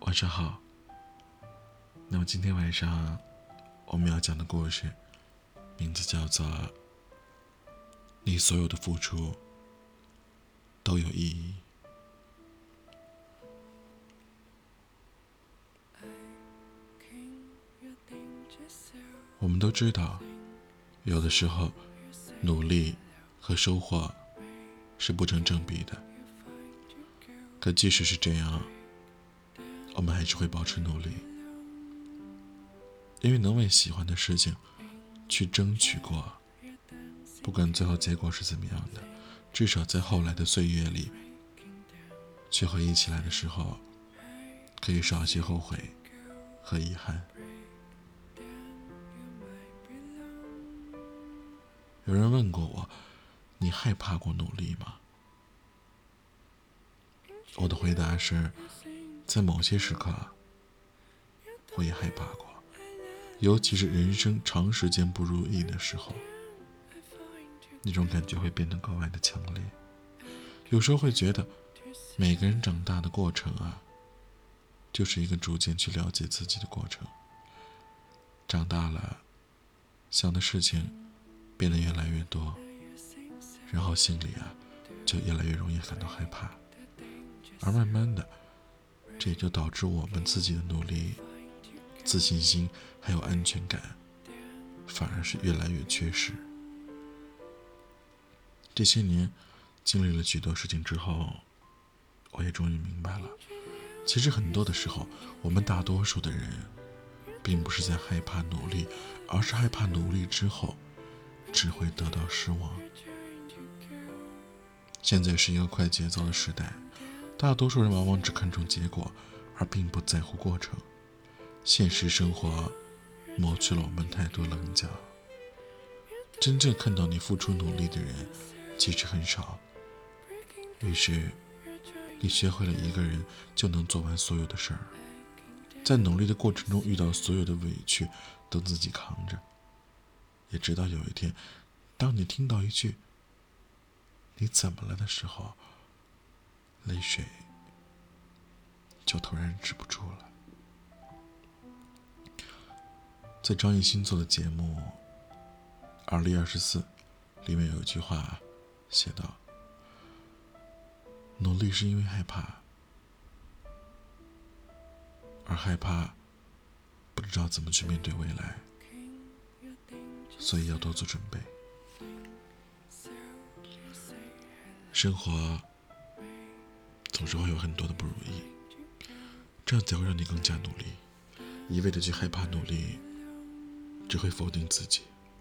晚上好。那么今天晚上我们要讲的故事名字叫做你所有的付出都有意义。我们都知道，有的时候努力和收获是不成正比的，可即使是这样，我们还是会保持努力，因为能为喜欢的事情去争取过，不管最后结果是怎么样的，至少在后来的岁月里，去回忆起来的时候，可以少些后悔和遗憾。有人问过我，你害怕过努力吗？我的回答是，在某些时刻我也害怕过，尤其是人生长时间不如意的时候，那种感觉会变得格外的强烈。有时候会觉得每个人长大的过程就是一个逐渐去了解自己的过程。长大了，想的事情变得越来越多，然后心里就越来越容易感到害怕，而慢慢的，这也就导致我们自己的努力、自信心还有安全感反而是越来越缺失。这些年经历了许多事情之后，我也终于明白了，其实很多的时候，我们大多数的人并不是在害怕努力，而是害怕努力之后只会得到失望。现在是一个快节奏的时代，大多数人往往只看重结果，而并不在乎过程。现实生活磨去了我们太多棱角，真正看到你付出努力的人其实很少。于是你学会了一个人就能做完所有的事儿，在努力的过程中遇到所有的委屈都自己扛着，也直到有一天，当你听到一句你怎么了的时候，泪水就突然止不住了。在张艺兴做的节目2024里面有一句话写道，努力是因为害怕，而害怕不知道怎么去面对未来，所以要多做准备。生活总是会有很多的不如意，这样才会让你更加努力。一味的去害怕努力，只会否定自己。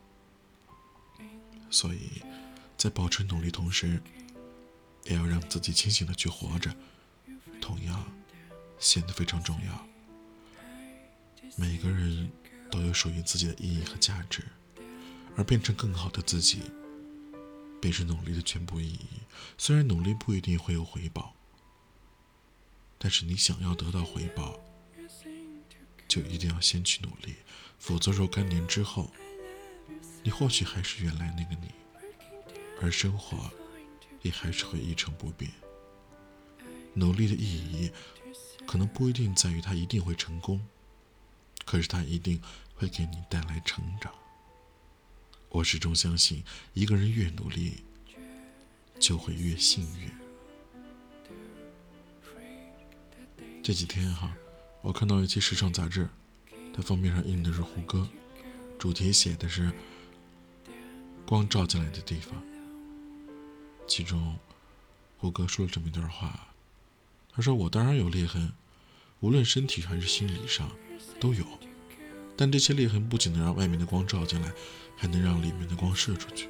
所以在保持努力同时，也要让自己清醒的去活着，同样显得非常重要。每个人都有属于自己的意义和价值，而变成更好的自己便是努力的全部意义。虽然努力不一定会有回报，但是你想要得到回报，就一定要先去努力，否则若干年之后，你或许还是原来那个你，而生活也还是会一成不变。努力的意义可能不一定在于它一定会成功，可是它一定会给你带来成长。我始终相信，一个人越努力就会越幸运。这几天我看到一期时尚杂志，它封面上印的是胡歌，主题写的是光照进来的地方。其中胡歌说了这么一段话，他说，我当然有裂痕，无论身体还是心理上都有，但这些裂痕不仅能让外面的光照进来，还能让里面的光射出去。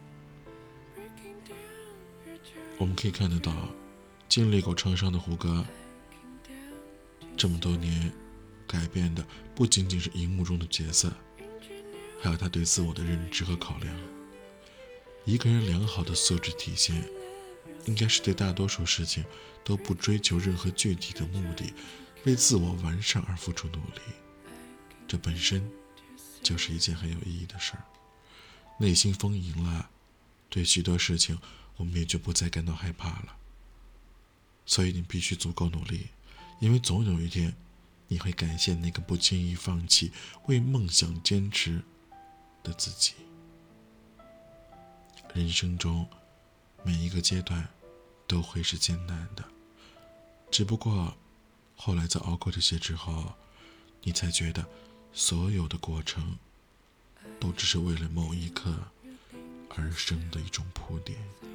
我们可以看得到，经历过创伤的胡歌这么多年改变的不仅仅是荧幕中的角色，还有他对自我的认知和考量。一个人良好的素质体现，应该是对大多数事情都不追求任何具体的目的，为自我完善而付出努力。这本身就是一件很有意义的事儿。内心丰盈了，对许多事情我们也就不再感到害怕了。所以你必须足够努力，因为总有一天你会感谢那个不轻易放弃、为梦想坚持的自己。人生中每一个阶段都会是艰难的，只不过后来在熬过这些之后，你才觉得所有的过程都只是为了某一刻而生的一种铺垫。